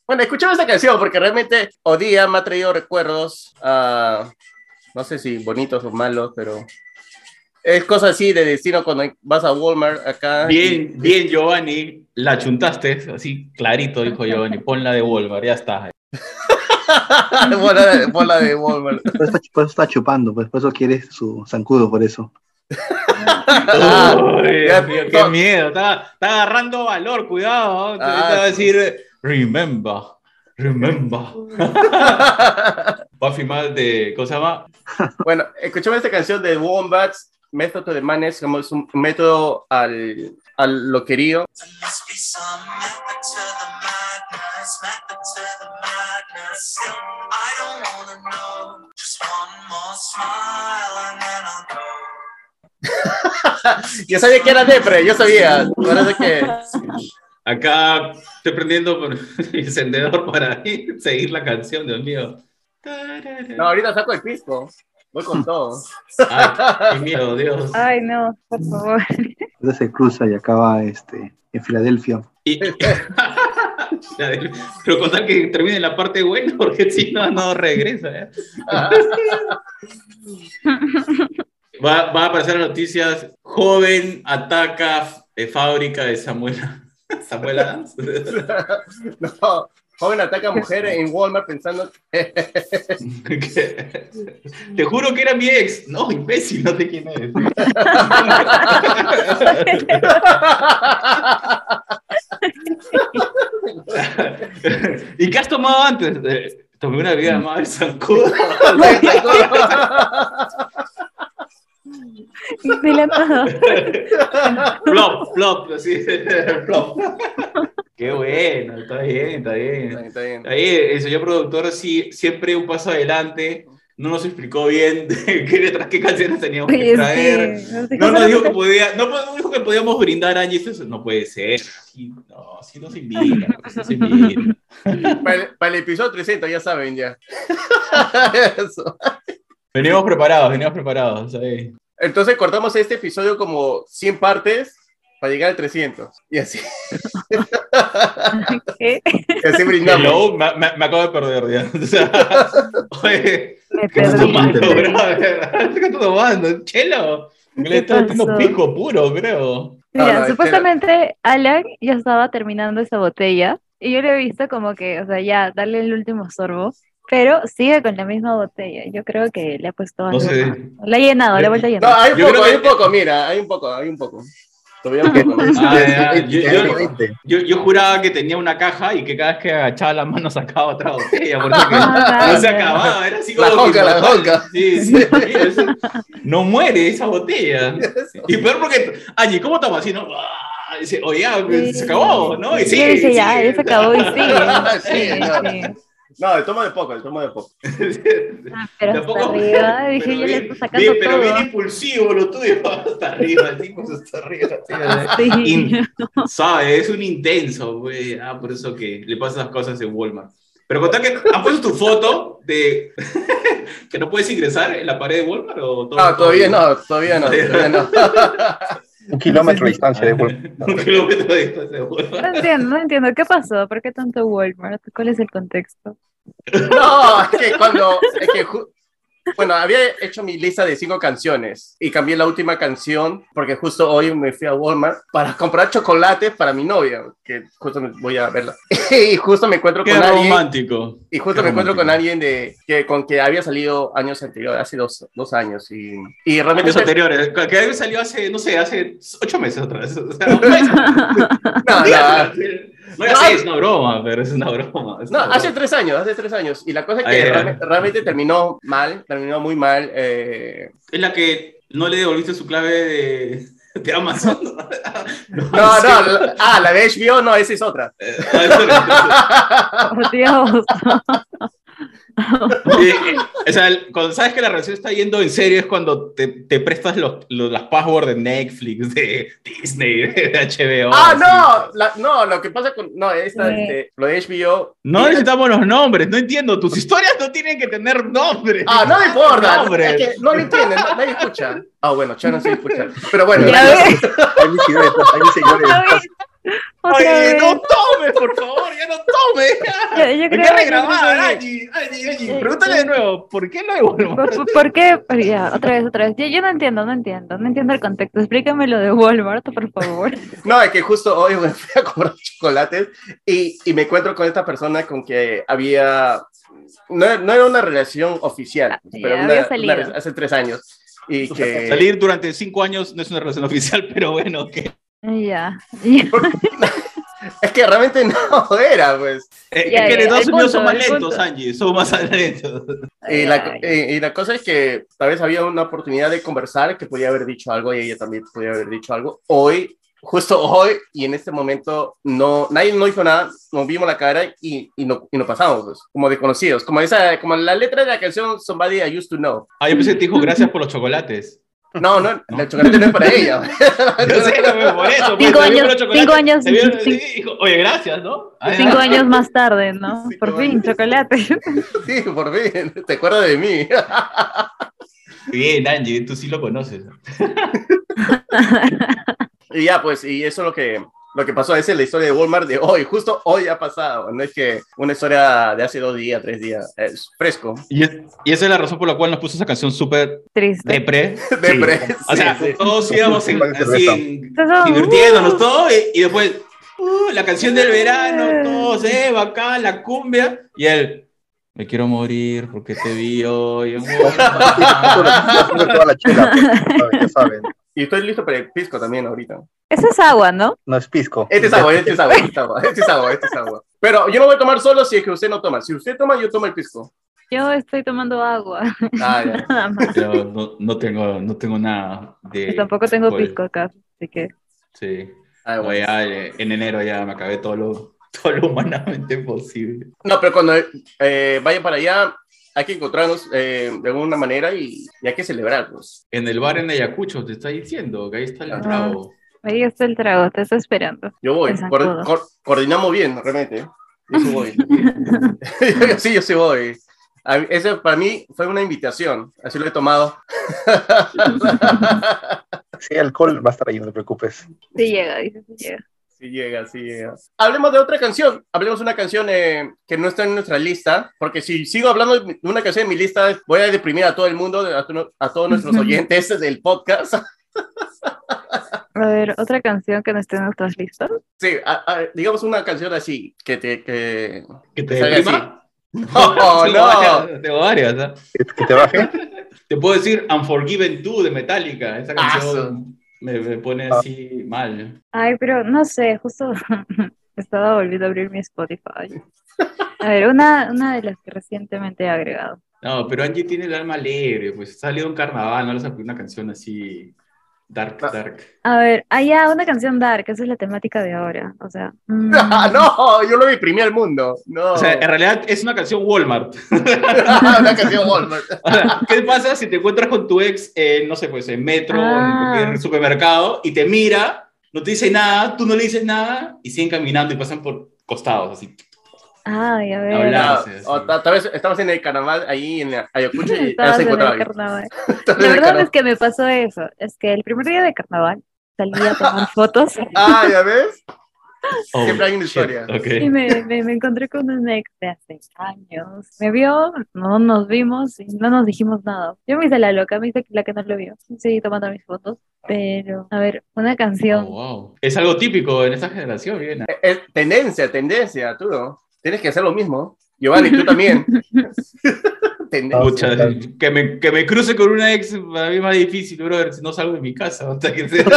Bueno, escuchame esta canción porque realmente Odía me ha traído recuerdos, no sé si bonitos o malos, pero es cosa así de destino cuando vas a Walmart acá. Bien, bien, Giovanni, la chuntaste, así clarito, dijo Giovanni, ponla de Walmart, ya está. Bola de Walmart. Por eso está chupando, pues, por eso quiere su zancudo, por eso. Uy, Dios mío, qué miedo, está agarrando valor, cuidado, te va a decir, remember. Va a firmar de, ¿cómo se llama? Bueno, escuchame esta canción de Wombats, Method to the Madness, como es un método al loquerío. Yo sabía que era depre, yo sabía. Parece que... Acá estoy prendiendo por el encendedor para seguir la canción, Dios mío. No, ahorita saco el pisco. Voy con todo. Ay, qué miedo, Dios. Ay, no, por favor. Entonces se cruza y acaba en Filadelfia. Pero con tal que termine la parte buena, porque si no, no regresa. Va a aparecer en las noticias: joven ataca fábrica de Samuel Adams. No, joven ataca a mujer en Walmart pensando que... Te juro que era mi ex. No, imbécil, no sé quién es. ¿Y qué has tomado antes? Tomé una bebida llamada el zancudo. Flop, así. Flop. Qué bueno, está bien. Ahí el señor productor sí, siempre un paso adelante. No nos explicó bien qué canciones teníamos que traer. No nos dijo que podíamos brindar, Angie. Eso no puede ser. Si no se invita. Para el episodio 300, ya saben, ya. Eso. Veníamos preparados. ¿Sabes? Entonces cortamos este episodio como 100 partes para llegar al 300. Y así. ¿Qué? Y así brindamos. Hello, me acabo de perder ya. O sea, oye, ¿qué estás tomando, bro? ¿Qué estás tomando? ¿Chelo? Le estoy metiendo pico puro, creo. Mira, supuestamente Alan ya estaba terminando esa botella y yo le he visto como que, o sea, ya, darle el último sorbo, pero sigue con la misma botella. Yo creo que le ha puesto algo. No sé. La ha llenado, la vuelta a llenar. No, hay un poco, mira, hay un poco. Todavía un poco. Yo juraba que tenía una caja y que cada vez que agachaba la mano sacaba otra botella, porque no se acababa, era así como la jonca. Sí, no muere esa botella. Y peor porque, Angie, ¿cómo estamos así? No? Dice, oye, se acabó, ¿no? Y sí, dice, ya se acabó y sigue. Sí. No, el tomo de poco. Pero Tampoco, hasta arriba, dije, yo le estoy sacando pero todo. bien impulsivo lo tuyo, hasta arriba, el tipo está arriba. Sí. Sabe, es un intenso, güey. Por eso que le pasan las cosas en Walmart. Pero contá que han puesto tu foto de que no puedes ingresar en la pared de Walmart o todo. No, todavía no. 1 kilómetro de distancia de Walmart. 1 kilómetro de distancia de Walmart. No entiendo. ¿Qué pasó? ¿Por qué tanto Walmart? ¿Cuál es el contexto? No, bueno, había hecho mi lista de 5 canciones y cambié la última canción porque justo hoy me fui a Walmart para comprar chocolates para mi novia, que justo voy a verla. Y justo me encuentro con alguien. Romántico. Y justo me encuentro con alguien con que había salido años anteriores, hace dos años. Y realmente. Años anteriores, que había salido hace 8 meses atrás. O sea, un mes. No es una broma, pero es una broma. Hace 3 años. Y la cosa es que realmente terminó muy mal. Es la que no le devolviste su clave de Amazon. La de HBO, no, esa es otra. Oh, Dios. O sea, cuando sabes que la relación está yendo en serio es cuando te prestas las passwords de Netflix, de Disney, de HBO. Lo que pasa con... No, lo de HBO... No necesitamos los nombres, no entiendo. Tus historias no tienen que tener nombres. No me importa. Es que no lo entienden, nadie escucha. Bueno, ya no se escucha. Pero bueno. Hay mis seguidores. Oye, no tomes, por favor, ya no tomes. Yo ¿Por qué regrabar, Angie? Pregúntale de nuevo, ¿por qué lo de Walmart? ¿Por qué? Pero ya, otra vez. Yo no entiendo el contexto. Explícame lo de Walmart, por favor. No, es que justo hoy me fui a comprar chocolates y me encuentro con esta persona con que había... No era una relación oficial, pero hace 3 años. Y que... Salir durante 5 años no es una relación oficial, pero bueno, ¿qué? Ya. Es que realmente no era, pues. Es que en Estados Unidos son más lentos, Angie, son más lentos. Y la cosa es que tal vez había una oportunidad de conversar, que podía haber dicho algo y ella también podía haber dicho algo. Justo hoy y en este momento, nadie no dijo nada, nos vimos la cara y no pasamos, pues, como desconocidos. Como la letra de la canción Somebody I Used to Know. Yo pensé que te dijo gracias por los chocolates. No, el chocolate no es para ella. Yo sé, por eso. 5 años. Dijo, oye, gracias, ¿no? 5 años más tarde, ¿no? Por fin, chocolate. Sí, por fin. Te acuerdas de mí. Bien, Angie, tú sí lo conoces. Y ya, pues, y eso es lo que pasó. Esa es la historia de Walmart de hoy. Justo hoy ha pasado. No es que una historia de hace 2 días, 3 días. Es fresco. Y esa es la razón por la cual nos puso esa canción súper triste. Depre. Sí. O sea, todos íbamos así, Eso, divirtiéndonos todo. Y después, la canción del verano, todos, bacán, la cumbia. Y él... Me quiero morir porque te vi hoy. Toda la chela, pues, ya saben. Y estoy listo para el pisco también ahorita. Eso es agua, ¿no? No es pisco. Este es agua. Pero yo no voy a tomar solo si es que usted no toma. Si usted toma, yo tomo el pisco. Yo estoy tomando agua. Ya. Nada más. Pero no tengo nada de... Yo tampoco tengo pisco acá, así que... Sí. Bueno. Ya, en enero ya me acabé todo lo humanamente posible. No, pero cuando vayan para allá, hay que encontrarnos de alguna manera y hay que celebrarnos. En el bar en Ayacucho, te está diciendo que ahí está el trago. Ahí está el trago, te está esperando. Yo voy. Coordinamos bien, realmente. Yo sí voy. Yo sí voy. Eso para mí fue una invitación. Así lo he tomado. Sí, alcohol va a estar ahí, no te preocupes. Sí llega, dice, sí llega. Sí llega. Hablemos de otra canción. Hablemos de una canción que no está en nuestra lista, porque si sigo hablando de una canción en mi lista, voy a deprimir a todo el mundo, a todos nuestros oyentes del podcast. A ver, otra canción que no esté en nuestras listas. Sí, digamos una canción así, que te deprima. No. Tengo varias, ¿no? ¿Que te baje? Te puedo decir Unforgiven 2 de Metallica. Esa canción me pone así mal. Ay, pero no sé, justo estaba volviendo a abrir mi Spotify. A ver, una de las que recientemente he agregado. No, pero Angie tiene el alma alegre, pues ha salido un carnaval, no le sacó una canción así dark. A ver, una canción dark, esa es la temática de ahora, o sea... No, yo lo deprimí al mundo, no. O sea, en realidad es una canción Walmart. Una canción Walmart. O sea, ¿qué pasa si te encuentras con tu ex, no sé, pues en metro, en cualquier supermercado, y te mira, no te dice nada, tú no le dices nada, y siguen caminando y pasan por costados, así... Ay, a ver. Tal vez estabas en el carnaval ahí en Ayacucho y se encontraba. La verdad es que me pasó eso. Es que el primer día de carnaval salí a tomar fotos. ¿Ya ves? Siempre hay una historia. Okay. Y me encontré con un ex de hace años. Me vio, no nos vimos y no nos dijimos nada. Yo me hice la loca, me hice la que no lo vio. Seguí tomando mis fotos. Pero, a ver, una canción. Wow. Es algo típico en esta generación, bien. Es tendencia, tú no. Tienes que hacer lo mismo. Giovanni, tú también. Pucha, que me cruce con una ex para mí es más difícil, brother, si no salgo de mi casa. O sea, que sea...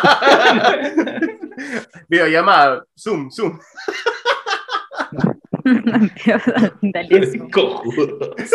Videollamada, Zoom. Cojudos.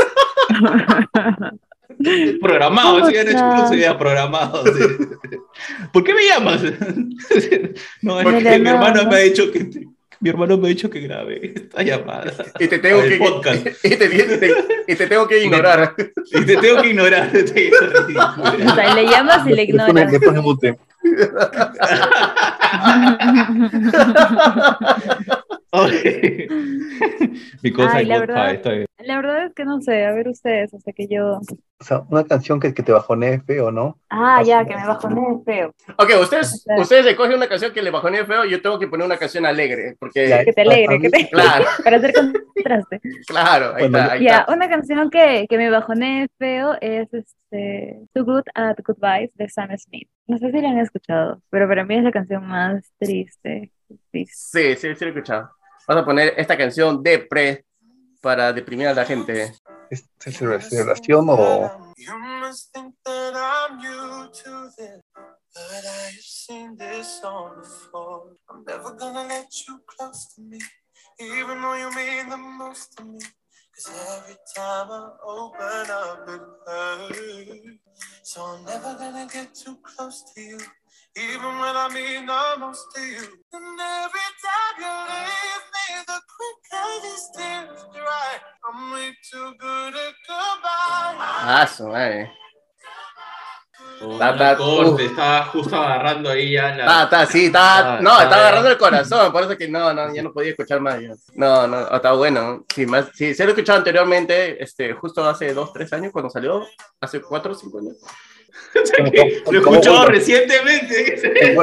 Programado, si ya no sería programado. ¿Sí? ¿Por qué me llamas? No, es que mi hermano me ha dicho que... Mi hermano me ha dicho que grabe esta llamada. Y te tengo que podcast. Y te tengo que ignorar. Y te tengo que ignorar. O sea, le llamas y le ignoras. Le pone mute. Because Ay, I got pie, está bien. la verdad es que no sé, a ver ustedes, hasta que yo... O sea, una canción que te bajonee feo, ¿no? Ya, que me bajoné feo. Ok, ustedes escogen una canción que le bajonee feo, yo tengo que poner una canción alegre, porque... Ya, Que te alegre, Claro, para hacer contraste. claro, ahí Bueno, está, ahí Ya, está. una canción que me bajoné feo es Too Good at Goodbyes de Sam Smith. No sé si la han escuchado, pero para mí es la canción más triste. Sí, sí, sí lo he escuchado. Vamos a poner esta canción de Pre para deprimir a la gente. ¿es celebración o...? You must think that I'm new to this, but I've seen this song before. I'm never gonna let you close to me, even though you mean the most to me. 'Cause every time I open up it hurts. So I'm never gonna get too close to you, even when I mean the most to you. And every time you leave me, the quicker these tears dry. I'm way too good at goodbye. Ah, su madre. Corte, estaba justo agarrando ahí ya la... Estaba agarrando el corazón, por eso que ya no podía escuchar más. Ya. No, está bueno. Sí, sí, se lo he escuchado anteriormente, justo hace 2, 3 años cuando salió, hace 4 o 5 años. Lo he escuchado recientemente.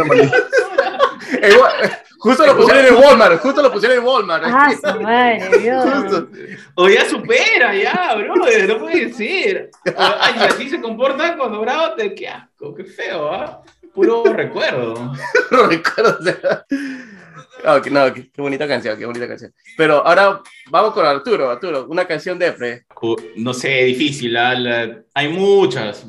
Justo lo pusieron en Walmart. Ah, su madre, Dios. O ya supera, ya, bro, no puede ser. Ay, y así se comportan cuando bravo, qué asco, qué feo, ¿ah? Puro recuerdo. No recuerdo. No, qué bonita canción, qué bonita canción. Pero ahora vamos con Arturo, una canción de Pre. No sé, difícil, hay muchas.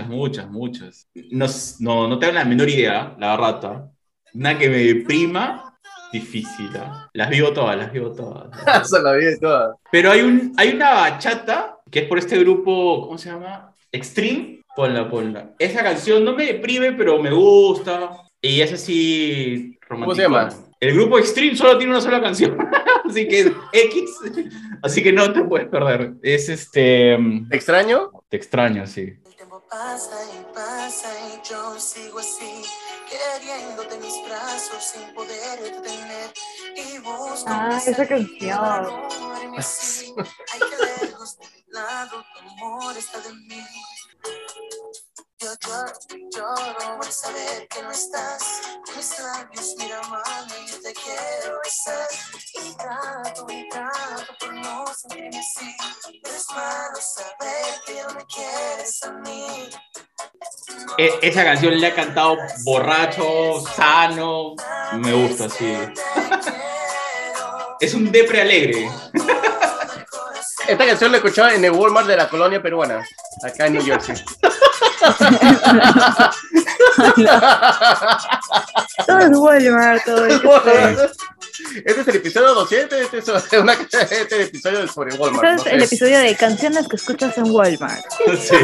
No tengo la menor idea, la verdad. Una que me deprima, difícil. Las vivo todas. Eso la vi todas. Pero hay una bachata que es por este grupo, ¿cómo se llama? Extreme. Ponla. Esa canción no me deprime, pero me gusta. Y es así romántico. ¿Cómo se llama? El grupo Extreme solo tiene una sola canción. Así que es X. Así que no te puedes perder. Es ¿Te extraño? Te extraño, sí. El tiempo pasa y yo sigo así, queriéndote en mis brazos sin poder detener. Y busco esa canción. Hay que lejos de mi lado, tu amor está de mí. Yo lloro al saber que no estás. Mis labios, mira mami, yo te quiero besar. Y trato por no sentirme así. Pero es malo saber que ya no me quieres a mí. Esa canción la he cantado borracho, sano. Me gusta, sí. Es un depre alegre. Esta canción la escuchaba en el Walmart de la colonia peruana, acá en New Jersey. Todo es Walmart, todo es... Este es el episodio 200, este es el episodio sobre Walmart. Este es el episodio de canciones que escuchas en Walmart. Sí.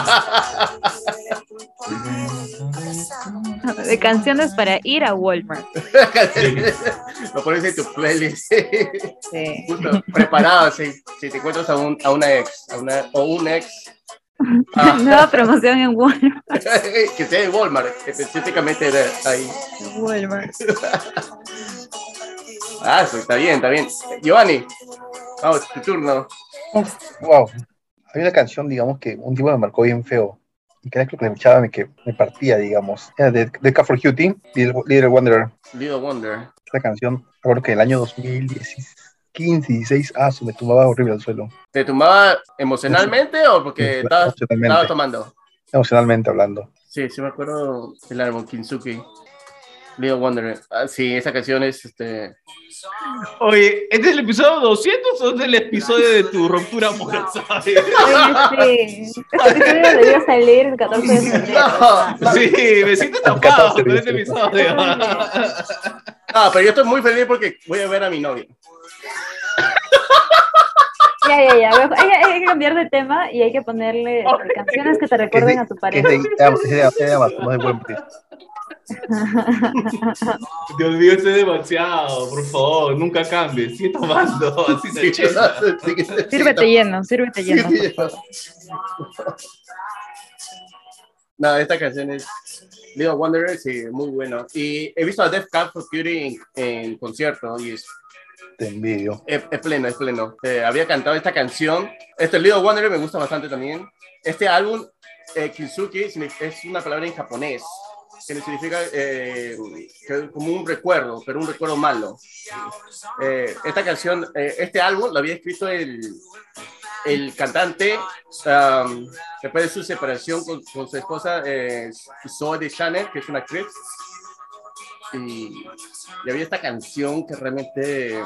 De canciones para ir a Walmart. Lo pones en tu playlist. Sí. Justo, preparado, si te encuentras a una ex, o un ex. Nueva promoción en Walmart. Que sea de Walmart, específicamente de ahí. Walmart. Eso, está bien. Giovanni, vamos, tu turno. Wow. Hay una canción, digamos, que un tipo me marcó bien feo. Y cada vez que lo escuchaba que me partía, digamos. Era de Cat for Cutie, Little Wonder. Little Wonder. Esta canción, recuerdo que en el año 2015, 16, me tumbaba horrible al suelo. ¿Te tumbaba emocionalmente o porque estabas tomando? Emocionalmente hablando. Sí, me acuerdo del álbum Kinsuki. Little Wonder. Sí, esa canción es Oye, ¿este es el episodio 200 o es el episodio de tu ruptura amorosa? Oye, sí. Este episodio debió salir el 14 de febrero. No. Sí, me siento tapado con este episodio. Pero yo estoy muy feliz porque voy a ver a mi novia. Ya. Hay que cambiar de tema y hay que ponerle canciones que te recuerden a tu pareja. No de buen precio. Dios mío, esto es demasiado, por favor, nunca cambies, sigue tomando, así se echa. Sírvete lleno, por favor. No, esta canción es Little Wanderer, sí, muy bueno. Y he visto a Def Cab for Cutie en concierto y Te envidio. Es pleno, es pleno. Había cantado esta canción. Este Little Wonder me gusta bastante también. Este álbum, Kintsugi, es una palabra en japonés que significa como un recuerdo, pero un recuerdo malo. Esta canción, este álbum lo había escrito el cantante después de su separación con su esposa Zoe de Chanel, que es una actriz. Y había esta canción que realmente...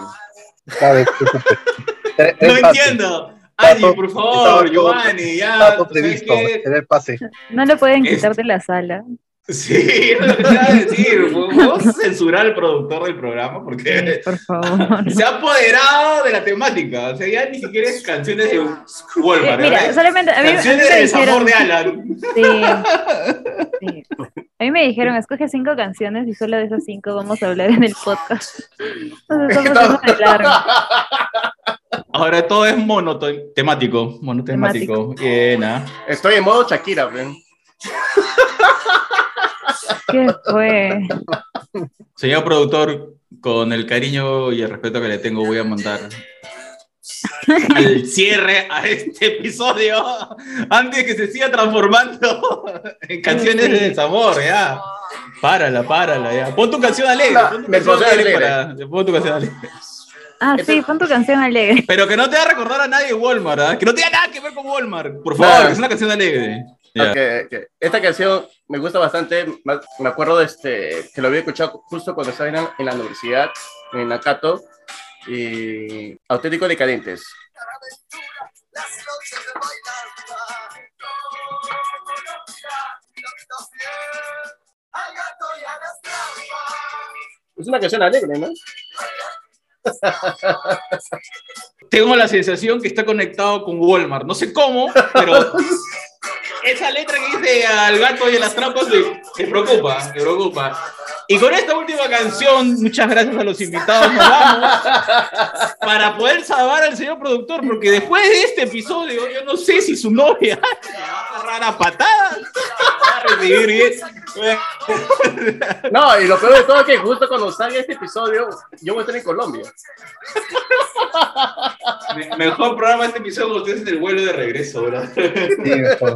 No entiendo. Angie, por favor, Giovanni, ya. Está previsto, era el pase. No lo pueden quitar de la sala. Sí, es lo que te iba a decir. Vamos a censurar al productor del programa porque Por favor. se ha apoderado de la temática. O sea, ya ni siquiera es canciones de Walmart. Mira, solamente a mí canciones me de dijeron, desamor de Alan. Sí. A mí me dijeron, escoge 5 canciones y solo de esas 5 vamos a hablar en el podcast. Entonces estamos haciendo de largo. Ahora todo es monotemático. Monotemático. Bien, ¿ah? Estoy en modo Shakira, ven. ¿Qué fue? Señor productor, con el cariño y el respeto que le tengo, voy a mandar al cierre a este episodio antes de que se siga transformando en canciones de desamor, ya. Párala, ya. Pon tu canción alegre. Pon tu canción alegre. Ah, sí, pon tu canción alegre. Pero que no te va a recordar a nadie de Walmart, ¿eh? Que no tenga nada que ver con Walmart. Por favor, que es una canción alegre. Yeah. Okay. Esta canción me gusta bastante. Me acuerdo que lo había escuchado justo cuando estaba en la universidad, en Nakato, y Auténticos Decadentes. Es una canción alegre, ¿no? Tengo la sensación que está conectado con Walmart. No sé cómo, pero esa letra que dice al gato y a las trampas me preocupa. Y con esta última canción, muchas gracias a los invitados, nos vamos para poder salvar al señor productor, porque después de este episodio, yo no sé si su novia le va a agarrar a patadas, va a recibir bien. No, y lo peor de todo es que justo cuando salga este episodio, yo voy a estar en Colombia. Mejor programa este episodio cuando ustedes en el vuelo de regreso, ¿verdad? Sí, mejor.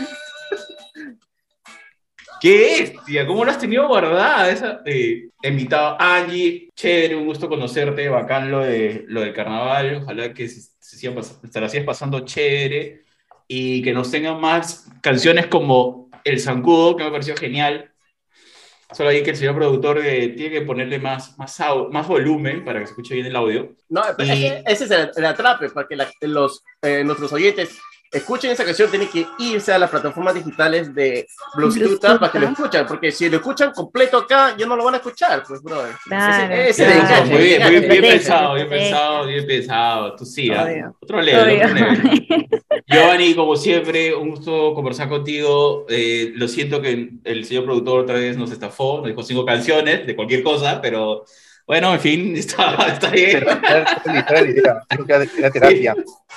¡Qué bestia! ¿Cómo lo has tenido guardada? Esa invitado Angie, chévere, un gusto conocerte, bacán lo del carnaval, ojalá que se la sigas pasando chévere y que nos tengan más canciones como El Zancudo, que me pareció genial. Solo ahí que el señor productor tiene que ponerle más volumen para que se escuche bien el audio. No, ese es el atrape, para que nuestros oyentes escuchen esa canción, tienen que irse a las plataformas digitales de Bluetooth para que lo escuchen, porque si lo escuchan completo acá, ya no lo van a escuchar, pues, brother. Claro, Ese muy bien pensado. Tú sí, otro level. Giovanni, como siempre, un gusto conversar contigo. Lo siento que el señor productor otra vez nos estafó, nos dijo 5 canciones de cualquier cosa, pero bueno, en fin, está bien. Era terapia.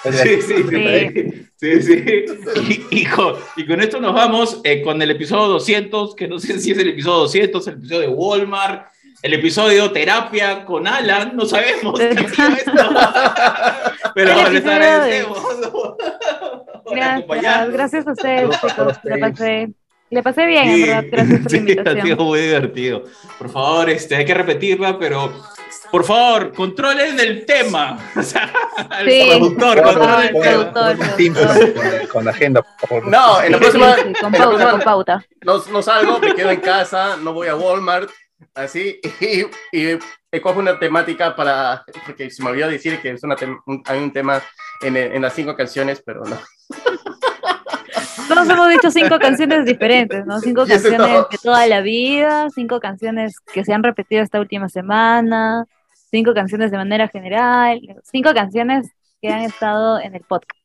Sí. Y con esto nos vamos con el episodio 200, que no sé si es el episodio 200, el episodio de Walmart, el episodio Terapia con Alan, no sabemos qué ha sido esto. Pero les agradecemos. Gracias a ustedes, chicos. Le pasé bien, en verdad. Gracias por la invitación. Ha sido muy divertido. Por favor, hay que repetirla, pero por favor, controlen el tema. O sea, el productor, controlen el tema. Con la agenda, por favor. No, en la próxima. Con pauta. No salgo, me quedo en casa, no voy a Walmart, así, y cojo una temática porque se me olvidó decir que hay un tema en las 5 canciones, pero no. Todos hemos dicho 5 canciones diferentes, ¿no? 5 canciones de toda la vida, 5 canciones que se han repetido esta última semana, 5 canciones de manera general, 5 canciones que han estado en el podcast.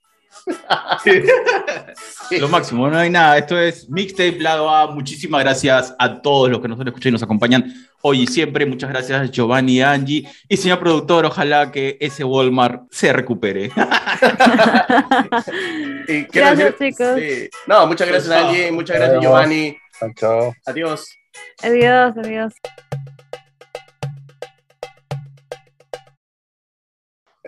Lo máximo, no hay nada. Esto es Mixtape Lado A. Muchísimas gracias a todos los que nos escuchan y nos acompañan hoy y siempre. Muchas gracias, Giovanni y Angie. Y señor productor, ojalá que ese Walmart se recupere. Gracias, chicos. Sí. No, muchas gracias, Angie. Muchas gracias, Giovanni. Chao. Adiós. Adiós.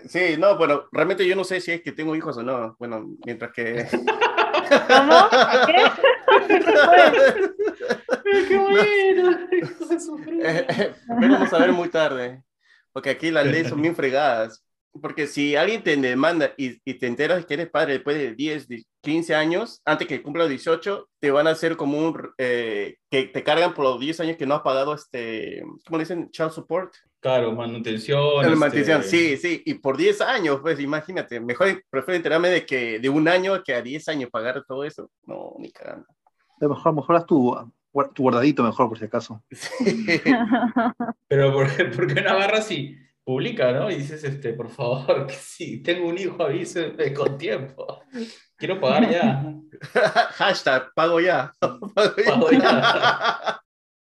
Sí, no, bueno, realmente yo no sé si es que tengo hijos o no. Bueno, mientras que... ¿Cómo? ¿Qué? ¿Qué fue? ¡Qué bueno! Vamos a ver muy tarde, porque aquí las leyes son bien fregadas. Porque si alguien te demanda y te enteras que eres padre después de 10, 15 años, antes que cumpla los 18, te van a hacer como que te cargan por los 10 años que no has pagado ¿cómo le dicen? Child support. Claro, manutención, La manutención, sí, sí, y por 10 años, pues imagínate, prefiero enterarme de un año que a 10 años pagar todo eso. No, ni cagando. Mejor haz tu guardadito mejor, por si acaso. Sí. Pero porque Navarra sí publica, ¿no? Y dices, por favor, que si tengo un hijo, avísenme con tiempo. Quiero pagar ya. Hashtag, pago ya. Pago ya.